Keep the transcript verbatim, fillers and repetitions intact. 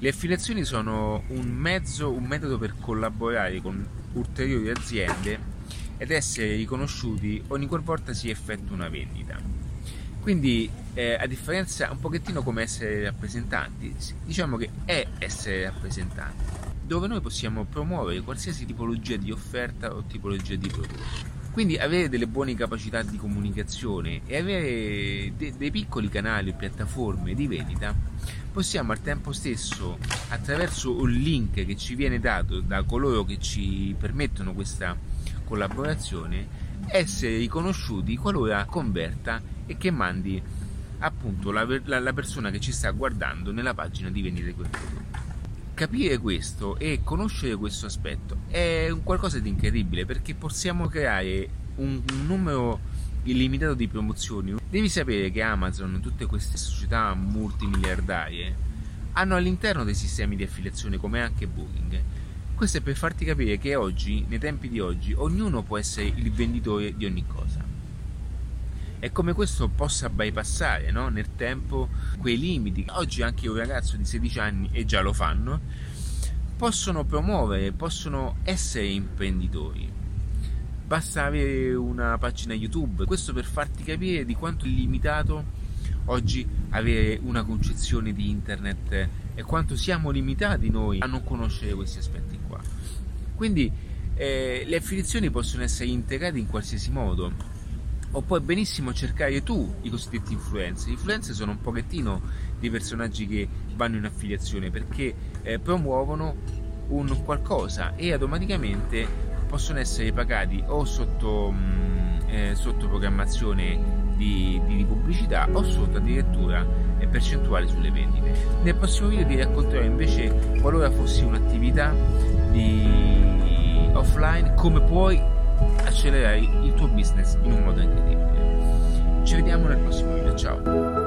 Le affiliazioni sono un mezzo, un metodo per collaborare con ulteriori aziende ed essere riconosciuti ogni qualvolta si effettua una vendita. Quindi, eh, a differenza un pochettino come essere rappresentanti, diciamo che è essere rappresentanti, dove noi possiamo promuovere qualsiasi tipologia di offerta o tipologia di prodotto. Quindi avere delle buone capacità di comunicazione e avere de- dei piccoli canali o piattaforme di vendita, possiamo al tempo stesso, attraverso un link che ci viene dato da coloro che ci permettono questa collaborazione, essere riconosciuti qualora converta e che mandi appunto la, la, la persona che ci sta guardando nella pagina di vendita di quel prodotto. Capire questo e conoscere questo aspetto è un qualcosa di incredibile, perché possiamo creare un, un numero illimitato di promozioni. Devi sapere che Amazon, tutte queste società multimiliardarie, hanno all'interno dei sistemi di affiliazione, come anche Booking. Questo è per farti capire che oggi, nei tempi di oggi, ognuno può essere il venditore di ogni cosa. E come questo possa bypassare, no, nel tempo quei limiti. Oggi anche un ragazzo di sedici anni, e già lo fanno, possono promuovere, possono essere imprenditori. Basta avere una pagina YouTube. Questo per farti capire di quanto è limitato oggi avere una concezione di internet e quanto siamo limitati noi a non conoscere questi aspetti qua. Quindi eh, le affiliazioni possono essere integrate in qualsiasi modo. O puoi benissimo cercare tu i cosiddetti influencer. Gli influencer sono un pochettino dei personaggi che vanno in affiliazione perché eh, promuovono un qualcosa e automaticamente possono essere pagati o sotto, mh, eh, sotto programmazione di, di pubblicità o sotto addirittura eh, percentuali sulle vendite. Nel prossimo video ti racconterò invece, qualora fossi un'attività di offline, come puoi accelerare il tuo business in un modo incredibile. Ci vediamo nel prossimo video, ciao!